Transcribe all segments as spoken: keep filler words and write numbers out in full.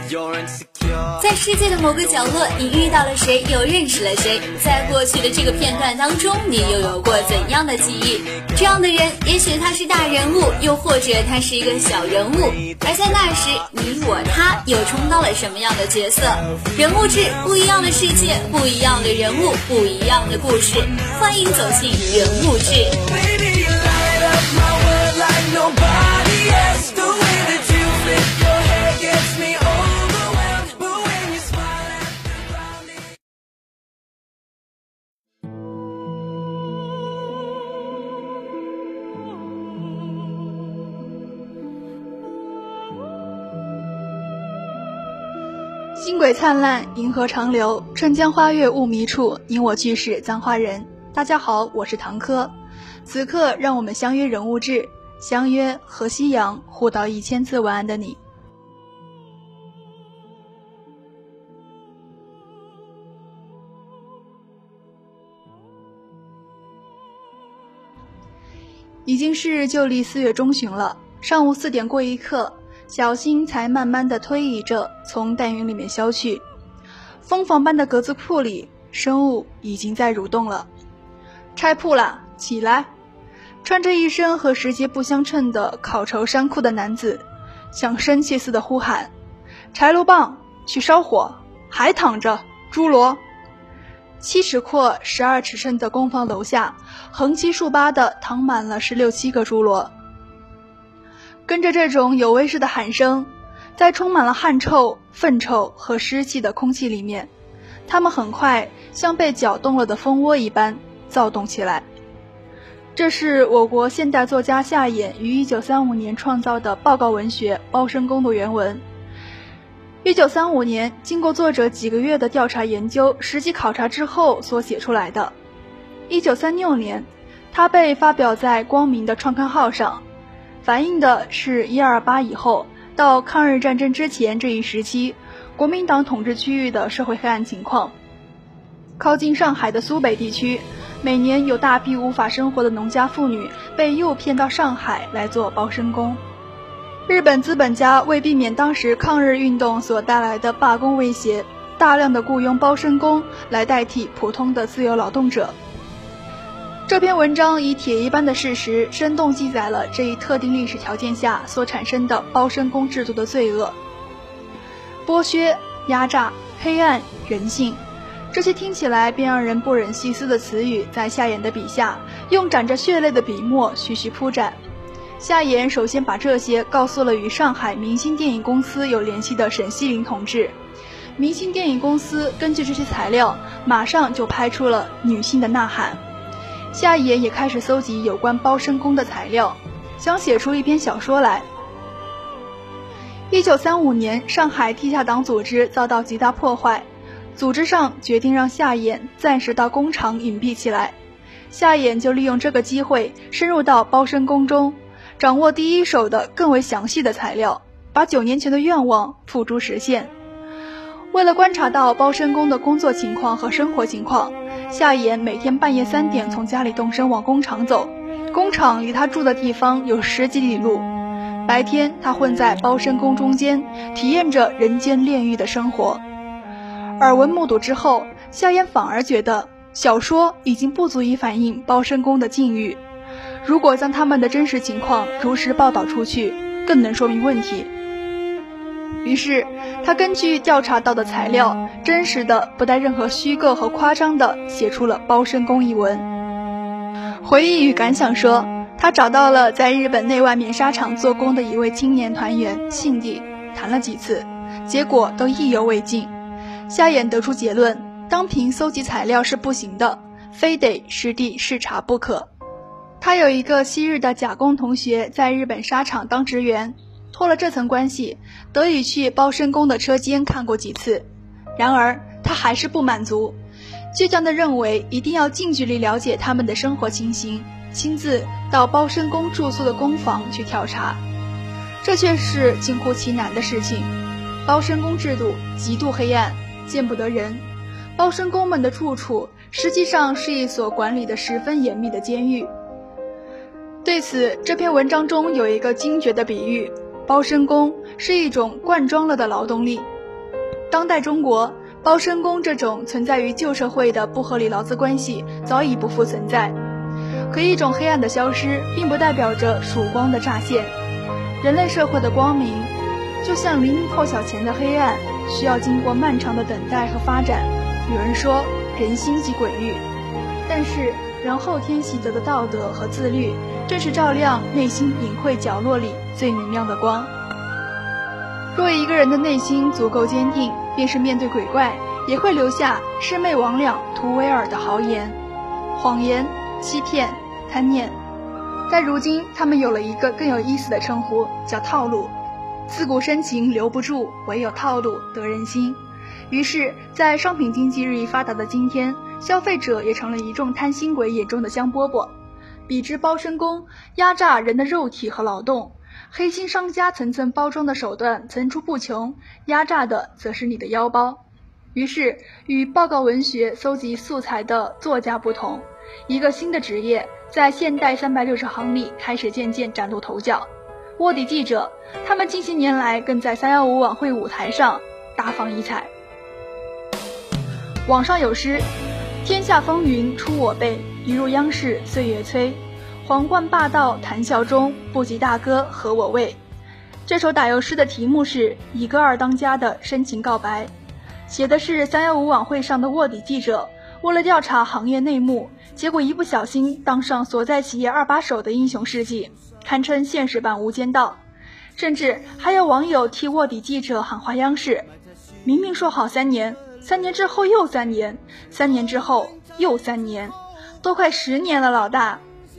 在世界的某个角落，你遇到了谁，又认识了谁？在过去的这个片段当中，你又有过怎样的记忆？这样的人，也许他是大人物，又或者他是一个小人物。而在那时，你我他又充当了什么样的角色？人物志，不一样的世界，不一样的人物，不一样的故事。欢迎走进人物志。 星轨灿烂，银河长流，春江花月雾迷处，你我俱是簪花人。大家好，我是唐珂，此刻让我们相约人物志，相约和夕阳互道一千次晚安的你。已经是旧历四月中旬了，上午四点过一刻，小星才慢慢地推移着从淡云里面消去。蜂房般的格子铺里，生物已经在蠕动了。拆铺了，起来！穿着一身和时节不相称的烤绸衫裤的男子像生气似的呼喊：柴炉棒，去烧火！还躺着，侏罗！七尺阔十二尺深的工房楼下，横七竖八的躺满了十六七个侏罗。跟着这种有威势的喊声，在充满了汗臭、粪臭和湿气的空气里面，它们很快像被搅动了的蜂窝一般躁动起来。这是我国现代作家夏衍于一九三五年创造的报告文学《包身工》的原文。一九三五年，经过作者几个月的调查研究、实际考察之后所写出来的。一九三六年，它被发表在《光明》的创刊号上，反映的是一二八以后到抗日战争之前这一时期国民党统治区域的社会黑暗情况。靠近上海的苏北地区，每年有大批无法生活的农家妇女被诱骗到上海来做包身工。日本资本家为避免当时抗日运动所带来的罢工威胁，大量的雇佣包身工来代替普通的自由劳动者。这篇文章以铁一般的事实，生动记载了这一特定历史条件下所产生的包身工制度的罪恶。剥削、压榨、黑暗、人性，这些听起来便让人不忍细思的词语，在夏衍的笔下，用沾着血泪的笔墨徐徐铺展。夏衍首先把这些告诉了与上海明星电影公司有联系的沈西林同志。明星电影公司根据这些材料，马上就拍出了《女性的呐喊》。夏衍也开始搜集有关包身工的材料，想写出一篇小说来。一九三五年，上海地下党组织遭到极大破坏，组织上决定让夏衍暂时到工厂隐蔽起来。夏衍就利用这个机会深入到包身工中，掌握第一手的更为详细的材料，把九年前的愿望付诸实现。为了观察到包身工的工作情况和生活情况，夏衍每天半夜三点从家里动身往工厂走，工厂离他住的地方有十几里路。白天他混在包身工中间，体验着人间炼狱的生活。耳闻目睹之后，夏衍反而觉得小说已经不足以反映包身工的境遇，如果将他们的真实情况如实报道出去，更能说明问题。于是他根据调查到的材料，真实的不带任何虚构和夸张的写出了包身工一文。回忆与感想说，他找到了在日本内外棉纱厂做工的一位青年团员信弟，谈了几次，结果都意犹未尽。夏衍得出结论，单凭搜集材料是不行的，非得实地视察不可。他有一个昔日的甲工同学在日本纱厂当职员，托了这层关系，得以去包身工的车间看过几次。然而他还是不满足，倔强地认为一定要近距离了解他们的生活情形，亲自到包身工住宿的工坊去调查。这却是近乎其难的事情。包身工制度极度黑暗，见不得人。包身工们的住处实际上是一所管理得十分严密的监狱。对此，这篇文章中有一个精绝的比喻，包身工是一种灌装了的劳动力， 当代中国，包身工这种存在于旧社会的不合理劳资关系早已不复存在。可一种黑暗的消失，并不代表着曙光的乍现。人类社会的光明，就像黎明破晓前的黑暗，需要经过漫长的等待和发展。有人说，人心即鬼域，但是人后天习得的道德和自律，正是照亮内心隐晦角落里最明亮的光。若一个人的内心足够坚定，便是面对鬼怪，也会留下魑魅魍魉、图威尔的豪言。谎言、欺骗、贪念，但如今他们有了一个更有意思的称呼，叫套路。自古深情留不住，唯有套路得人心。于是在商品经济日益发达的今天，消费者也成了一众贪心鬼眼中的香饽饽。比之包身工压榨人的肉体和劳动，黑心商家层层包装的手段层出不穷，压榨的则是你的腰包。于是与报告文学搜集素材的作家不同，一个新的职业在现代三百六十行里开始渐渐崭露头角。卧底记者，他们近些年来更在三一五晚会舞台上大放异彩。网上有诗，天下风云出我辈，一入央视岁月催，皇冠霸道谈笑中，不及大哥和我为。这首打油诗的题目是一个二当家的深情告白，写的是三一五晚会上的卧底记者为了调查行业内幕，结果一不小心当上所在企业二把手的英雄事迹，堪称现实版无间道。甚至还有网友替卧底记者喊话央视，明明说好三年，三年之后又三年，三年之后又三年，都快十年了，老大。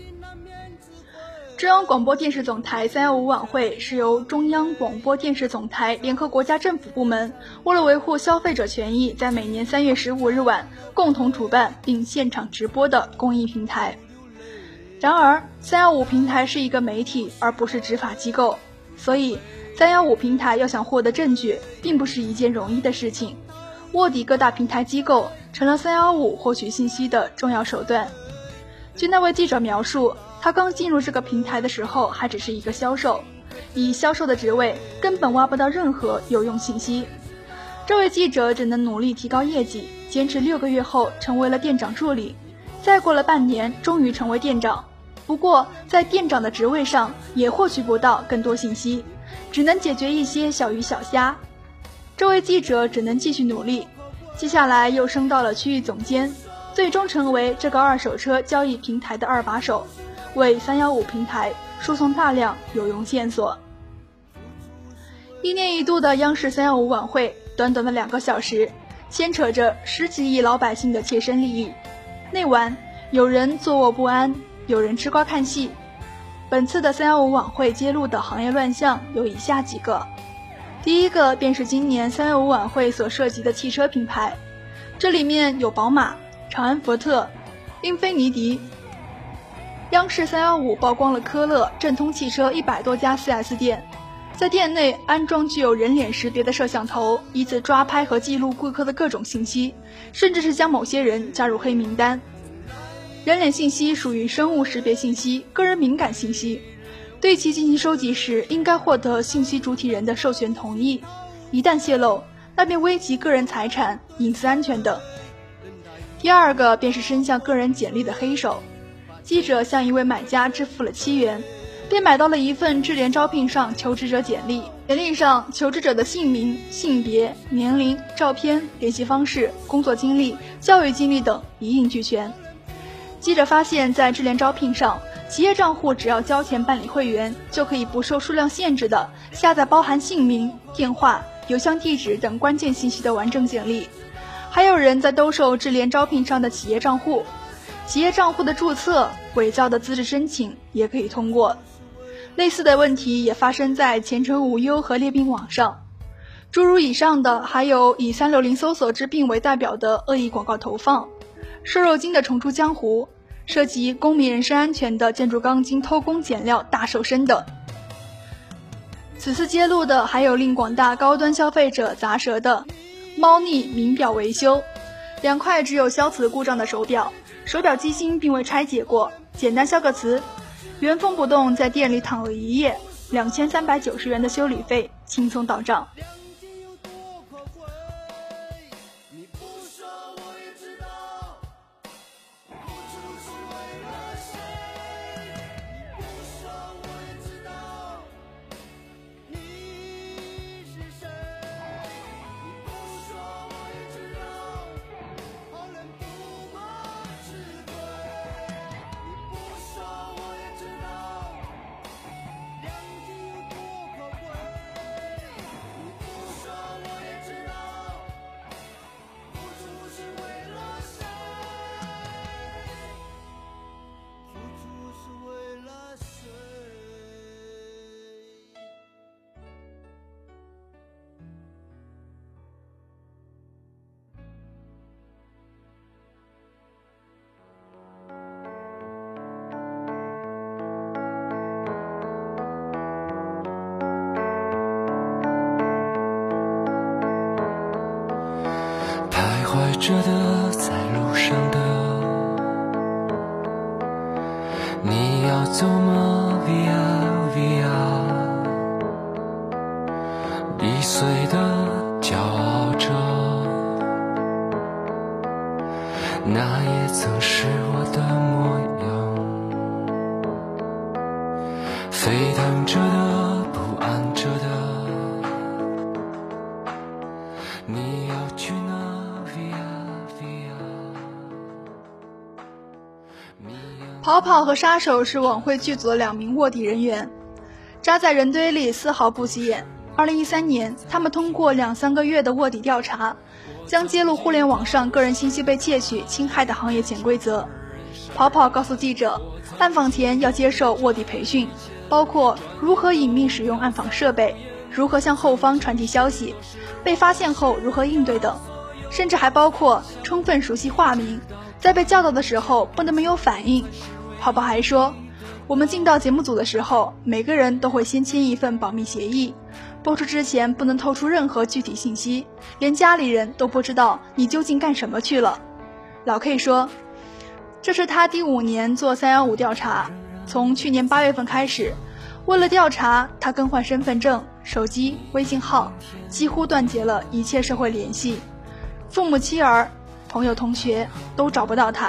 中央广播电视总台三一五晚会是由中央广播电视总台联合国家政府部门，为了维护消费者权益，在每年三月十五日晚共同主办并现场直播的公益平台。然而三一五平台是一个媒体，而不是执法机构，所以三一五平台要想获得证据，并不是一件容易的事情。卧底各大平台机构成了三一五获取信息的重要手段。据那位记者描述，他刚进入这个平台的时候还只是一个销售，以销售的职位根本挖不到任何有用信息。这位记者只能努力提高业绩，坚持六个月后成为了店长助理，再过了半年终于成为店长。不过在店长的职位上也获取不到更多信息，只能解决一些小鱼小虾。这位记者只能继续努力，接下来又升到了区域总监，最终成为这个二手车交易平台的二把手，为三一五平台输送大量有用线索。一年一度的央视三一五晚会，短短的两个小时，牵扯着十几亿老百姓的切身利益。那晚有人坐卧不安，有人吃瓜看戏。本次的三一五晚会揭露的行业乱象有以下几个。第一个便是今年三一五晚会所涉及的汽车品牌，这里面有宝马、长安福特、英菲尼迪。央视三一五曝光了科勒、正通汽车一百多家 四 S 店，在店内安装具有人脸识别的摄像头，以此抓拍和记录顾客的各种信息，甚至是将某些人加入黑名单。人脸信息属于生物识别信息，个人敏感信息，对其进行收集时应该获得信息主体人的授权同意，一旦泄露，那便危及个人财产、隐私安全等。第二个便是伸向个人简历的黑手，记者向一位买家支付了七元，便买到了一份智联招聘上求职者简历。简历上求职者的姓名、性别、年龄、照片、联系方式、工作经历、教育经历等一应俱全。记者发现，在智联招聘上，企业账户只要交钱办理会员，就可以不受数量限制的下载包含姓名、电话、邮箱地址等关键信息的完整简历。还有人在兜售智联招聘上的企业账户，企业账户的注册、伪造的资质申请也可以通过。类似的问题也发生在前程无忧和猎病网上。诸如以上的还有以三六零搜索治病为代表的恶意广告投放，瘦肉精的重出江湖，涉及公民人身安全的建筑钢筋偷工减料大瘦身等。此次揭露的还有令广大高端消费者咂舌的猫腻名表维修，两块只有消磁故障的手表，手表机芯并未拆解过，简单消个磁，原封不动在店里躺了一夜，两千三百九十元的修理费轻松到账。 着的，在路上的，你要走吗 Via Via， 易碎的骄傲着，那也曾是我的模样，沸腾着的，不安着的，你要去哪 Via Via。 跑跑和杀手是晚会剧组的两名卧底人员，扎在人堆里丝毫不起眼。二零一三年，他们通过两三个月的卧底调查，将揭露互联网上个人信息被窃取侵害的行业潜规则。跑跑告诉记者，暗访前要接受卧底培训，包括如何隐秘使用暗访设备，如何向后方传递消息，被发现后如何应对等，甚至还包括充分熟悉化名，在被教导的时候不能没有反应。跑跑还说，我们进到节目组的时候，每个人都会先签一份保密协议，播出之前不能透出任何具体信息，连家里人都不知道你究竟干什么去了。老 K 说，这是他第五年做三一五调查，从去年八月份开始，为了调查，他更换身份证、手机、微信号，几乎断绝了一切社会联系，父母妻儿、朋友同学都找不到他。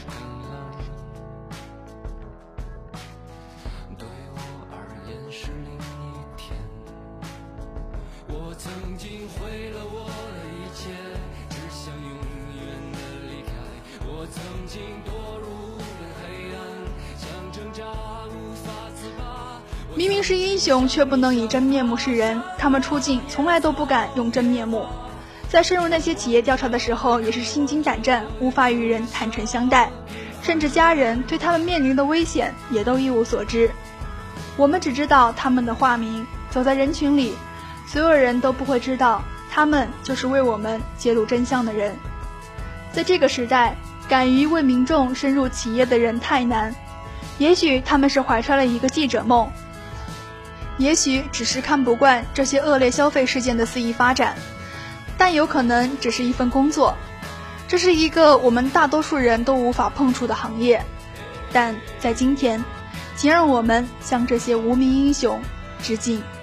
明明是英雄，却不能以真面目示人，他们出镜从来都不敢用真面目，在深入那些企业调查的时候也是心惊胆战，无法与人坦诚相待，甚至家人对他们面临的危险也都一无所知。我们只知道他们的化名，走在人群里，所有人都不会知道他们就是为我们揭露真相的人。在这个时代，敢于为民众深入企业的人太难，也许他们是怀揣了一个记者梦，也许只是看不惯这些恶劣消费事件的肆意发展，但有可能只是一份工作。这是一个我们大多数人都无法碰触的行业，但在今天，请让我们向这些无名英雄致敬。